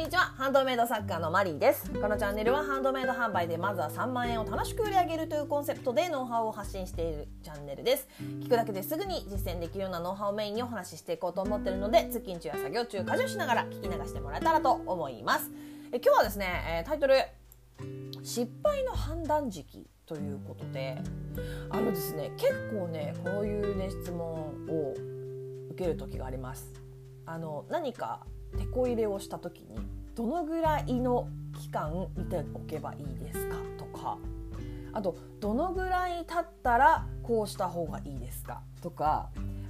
にちは。ハンドメイド作家のマリーです。このチャンネルはハンドメイド販売でまずは3万円を楽しく売り上げるというコンセプトでノウハウを発信しているチャンネルです。聞くだけですぐに実践できるようなノウハウをメインにお話ししていこうと思っているので、通勤中や作業中、家事をしながら聞き流してもらえたらと思います。今日はですね、タイトル失敗の判断時期ということで、ですね、結構ねこういうね質問を受ける時があります。何かテこ入れをした時にどのぐらいの期間見ておけばいいですかとか、あとどのぐらい経ったらこうした方がいいですかとか、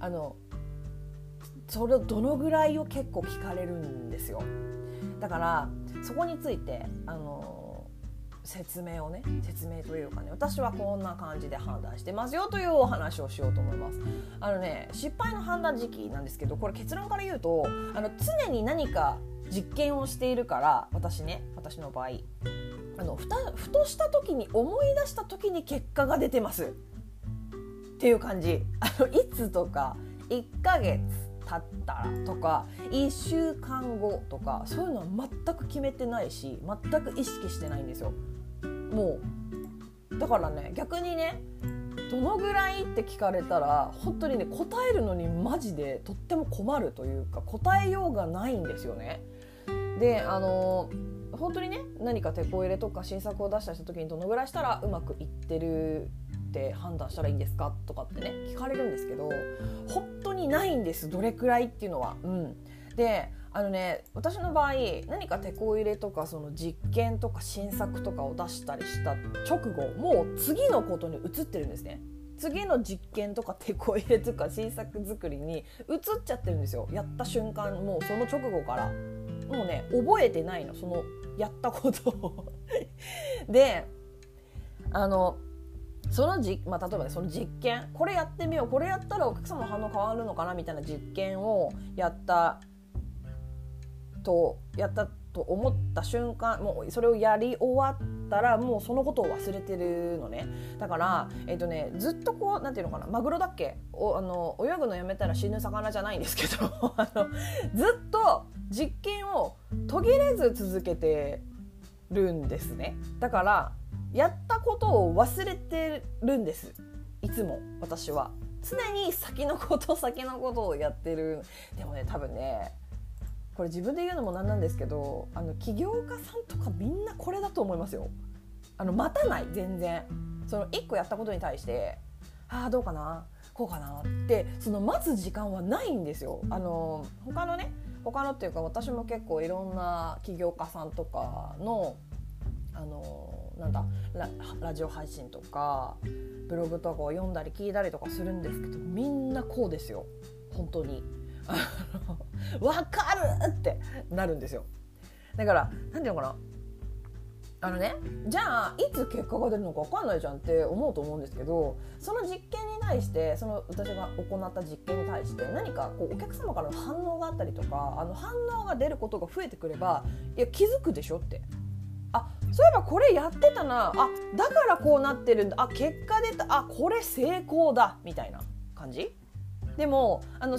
それをどのぐらいを結構聞かれるんですよ。だからそこについて説明というかね、私はこんな感じで判断してますよというお話をしようと思います。失敗の判断時期なんですけど、これ結論から言うと常に何か実験をしているから、私の場合ふとした時に思い出した時に結果が出てますっていう感じ。いつとか1ヶ月経ったらとか1週間後とか、そういうのは全く決めてないし、全く意識してないんですよ。もうだからね、逆にね、どのぐらいって聞かれたら本当にね、答えるのにマジでとっても困るというか、答えようがないんですよね。で本当にね、何かテこ入れとか新作を出した時にどのぐらいしたらうまくいってるって判断したらいいんですかとかってね聞かれるんですけど、本当にないんです、どれくらいっていうのは。で私の場合何かテこ入れとかその実験とか新作とかを出したりした直後、もう次のことに移ってるんですね。次の実験とかテこ入れとか新作作りに移っちゃってるんですよ。やった瞬間、もうその直後からもうね、覚えてないの、そのやったことをで例えばね、その実験、これやってみよう、これやったらお客様の反応変わるのかなみたいな実験をやったと思った瞬間、もうそれをやり終わったらもうそのことを忘れてるのね。だからずっとこう、なんていうのかな、マグロだっけ、泳ぐのやめたら死ぬ魚じゃないんですけどずっと実験を途切れず続けてるんですね。だからやったことを忘れてるんです。いつも私は常に先のことをやってる。でもね、多分ね、これ自分で言うのもなんなんですけど、起業家さんとかみんなこれだと思いますよ。待たない、全然。その1個やったことに対してどうかな、こうかなってその待つ時間はないんですよ。他のっていうか、私も結構いろんな起業家さんとかのラジオ配信とかブログとかを読んだり聞いたりとかするんですけど、みんなこうですよ。本当にわかるってなるんですよ。だからなんていうのかな、じゃあいつ結果が出るのか分かんないじゃんって思うと思うんですけど、その実験に対して、その私が行った実験に対して何かこうお客様からの反応があったりとか、反応が出ることが増えてくれば、いや気づくでしょって。そういえばこれやってたな、だからこうなってるんだ、結果出た、これ成功だみたいな感じ。でも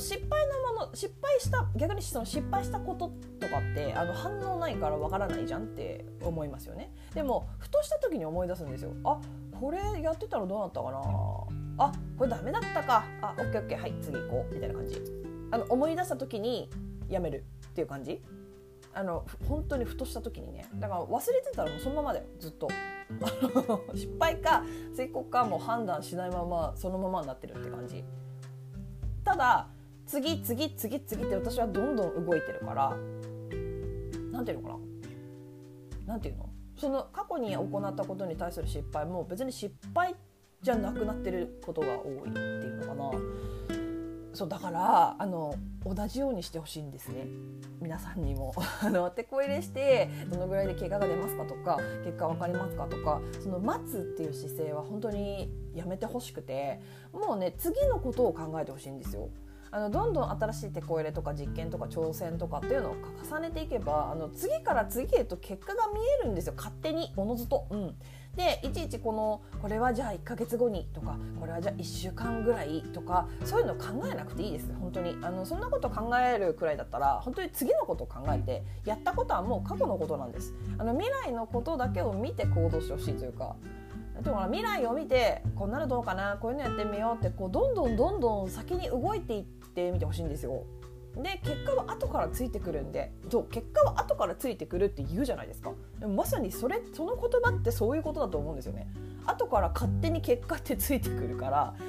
逆にその失敗したこととかって反応ないからわからないじゃんって思いますよね。でもふとした時に思い出すんですよ。これやってたらどうなったかな、これダメだったか、オッケーオッケー、はい次行こうみたいな感じ。思い出した時にやめるっていう感じ。本当にふとした時にね。だから忘れてたらもうそのままだよ、ずっと失敗か成功かも判断しないままそのままになってるって感じ。ただ次って私はどんどん動いてるから、なんていうの、その過去に行ったことに対する失敗も別に失敗じゃなくなってることが多いっていうのかな。そうだから同じようにしてほしいんですね、皆さんにもテこ入れしてどのぐらいで結果が出ますかとか、結果分かりますかとか、その待つっていう姿勢は本当にやめてほしくて、もうね、次のことを考えてほしいんですよ。どんどん新しいテこ入れとか実験とか挑戦とかっていうのを重ねていけば、次から次へと結果が見えるんですよ、勝手におのずと。 でいちいちこれはじゃあ1ヶ月後にとか、これはじゃあ1週間ぐらいとか、そういうの考えなくていいです。本当にそんなこと考えるくらいだったら本当に次のことを考えて、やったことはもう過去のことなんです。未来のことだけを見て行動してほしいというか、未来を見てこんなのどうかな、こういうのやってみようってどんどん先に動いていってみてほしいんですよ。で結果は後からついてくるんで、結果は後からついてくるって言うじゃないですか。でもまさにその言葉ってそういうことだと思うんですよね。後から勝手に結果ってついてくるから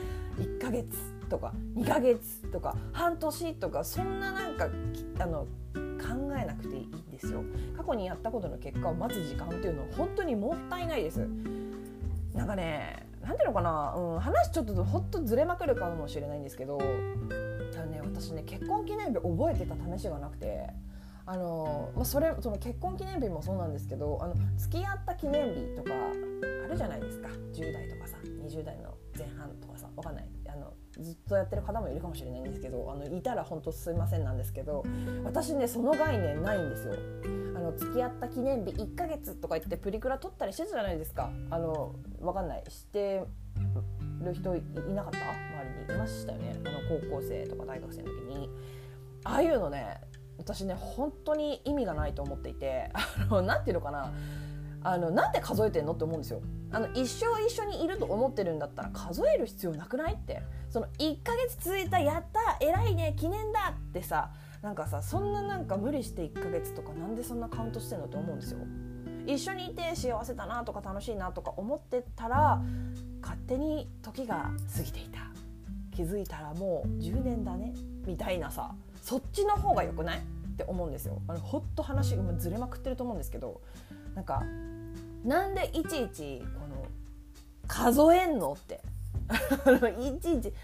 、1ヶ月とか2ヶ月とか半年とか、そんな考えなくていいんですよ。過去にやったことの結果を待つ時間っていうのは本当にもったいないです。なんていうのかな、話ちょっとほんとずれまくるかもしれないんですけど、私ね結婚記念日覚えてた試しがなくて、その結婚記念日もそうなんですけど、付き合った記念日とかあるじゃないですか。10代とかさ、20代の前半とかさ、わかんない、ずっとやってる方もいるかもしれないんですけど、いたら本当すいませんなんですけど、私ねその概念ないんですよ。付き合った記念日1ヶ月とか言ってプリクラ撮ったりしてたじゃないですか。わかんない、してる人いなかった？周りにいましたよね。高校生とか大学生の時にああいうのね、私ね本当に意味がないと思っていて、なんていうのかな、なんで数えてんのって思うんですよ。一生一緒にいると思ってるんだったら数える必要なくないって。その1ヶ月続いた、やった偉いね記念だってさ、そんな無理して1ヶ月とかなんでそんなカウントしてんのって思うんですよ。一緒にいて幸せだなとか楽しいなとか思ってたら、勝手に時が過ぎていた、気づいたらもう10年だねみたいなさ、そっちの方が良くないって思うんですよ。ほんと話がずれまくってると思うんですけど、なんでいちいち数えんのっていちいち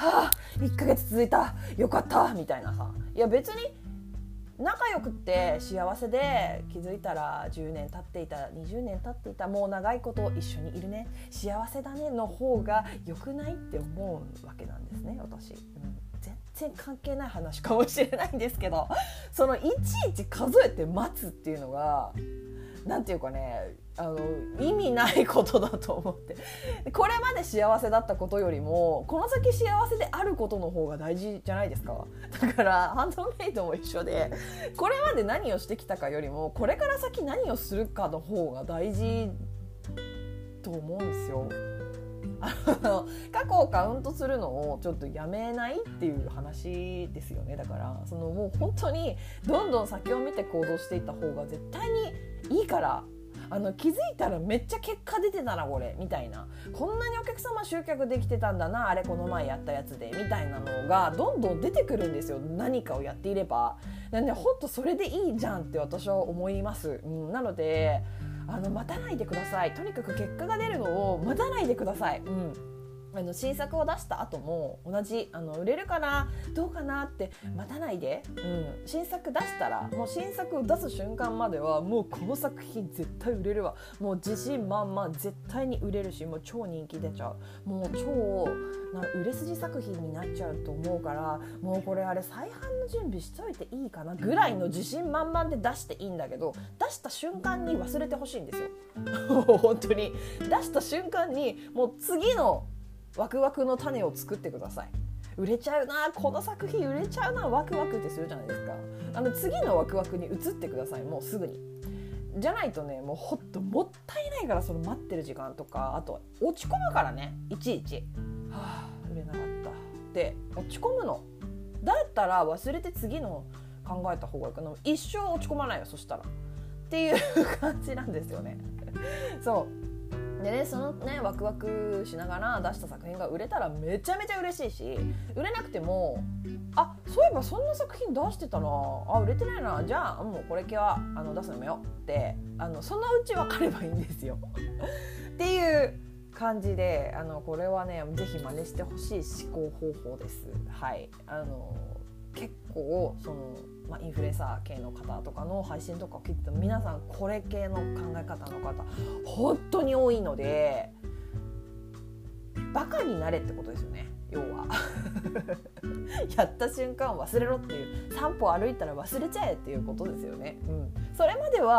1ヶ月続いたよかったみたいなさ、いや別に仲良くって幸せで気づいたら10年経っていた、20年経っていた、もう長いこと一緒にいるね、幸せだねの方が良くないって思うわけなんですね、私。全然関係ない話かもしれないんですけど、そのいちいち数えて待つっていうのがなんていうかね、意味ないことだと思って、これまで幸せだったことよりもこの先幸せであることの方が大事じゃないですか。だからハンドメイドも一緒で、これまで何をしてきたかよりもこれから先何をするかの方が大事と思うんですよ。過去をカウントするのをちょっとやめないっていう話ですよね。だからもう本当にどんどん先を見て行動していった方が絶対にいいから、気づいたらめっちゃ結果出てたなこれみたいな、こんなにお客様集客できてたんだな、あれこの前やったやつでみたいなのがどんどん出てくるんですよ、何かをやっていれば。なんで本当それでいいじゃんって私は思います。なので待たないでください。とにかく結果が出るのを待たないでください。新作を出した後も同じ売れるかなどうかなって待たないで、新作出したらもう新作を出す瞬間まではもうこの作品絶対売れるわ、もう自信満々絶対に売れるし、もう超人気出ちゃう、もう超売れ筋作品になっちゃうと思うから、もうこれあれ再販の準備しといていいかなぐらいの自信満々で出していいんだけど、出した瞬間に忘れてほしいんですよ本当に出した瞬間にもう次のワクワクの種を作ってください。売れちゃうな、この作品売れちゃうな、ワクワクってするじゃないですか。次のワクワクに移ってください、もうすぐに。じゃないとね、もうほんともったいないから、その待ってる時間とか、あと落ち込むからね、いちいち売れなかったって落ち込むのだったら忘れて次の考えた方がいいかな。一生落ち込まないよそしたらっていう感じなんですよねそうでね、そのねワクワクしながら出した作品が売れたらめちゃめちゃ嬉しいし、売れなくてもそういえばそんな作品出してたな、売れてないな、じゃあもうこれ系は出すのもよってそのうち分かればいいんですよっていう感じでこれはねぜひ真似してほしい思考方法です。はい結構インフルエンサー系の方とかの配信とかを聞いて皆さんこれ系の考え方の方本当に多いので、バカになれってことですよね、要はやった瞬間忘れろっていう、3歩歩いたら忘れちゃえっていうことですよね。それまでは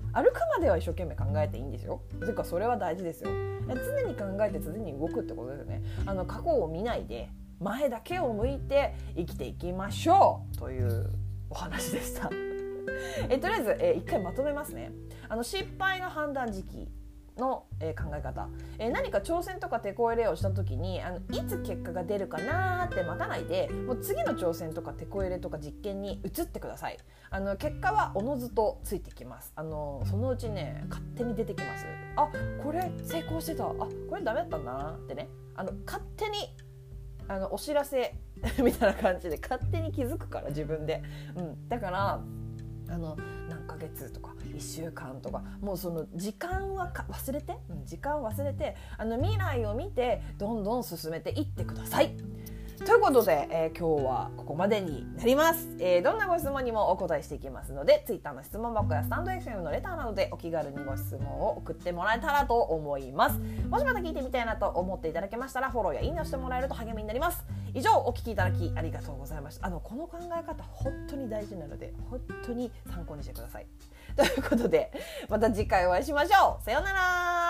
歩くまでは一生懸命考えていいんですよ。というかそれは大事ですよ。常に考えて常に動くってことですよね。過去を見ないで前だけを向いて生きていきましょうというお話でしたとりあえず、一回まとめますね。失敗の判断時期の、考え方、何か挑戦とか手こ入れをした時にいつ結果が出るかなって待たないで、もう次の挑戦とか手こ入れとか実験に移ってください。結果はおのずとついてきます。そのうちね勝手に出てきます。あ、これ成功してた、あ、これダメだったんだなってね、勝手にお知らせみたいな感じで勝手に気づくから自分で、だから何ヶ月とか1週間とかもうその時間は忘れて、未来を見てどんどん進めていってくださいということで、今日はここまでになります。どんなご質問にもお答えしていきますので、Twitter の質問箱やスタンド FM のレターなどでお気軽にご質問を送ってもらえたらと思います。もしまた聞いてみたいなと思っていただけましたら、フォローやいいねをしてもらえると励みになります。以上、お聞きいただきありがとうございました。この考え方本当に大事なので本当に参考にしてくださいということで、また次回お会いしましょう。さようなら。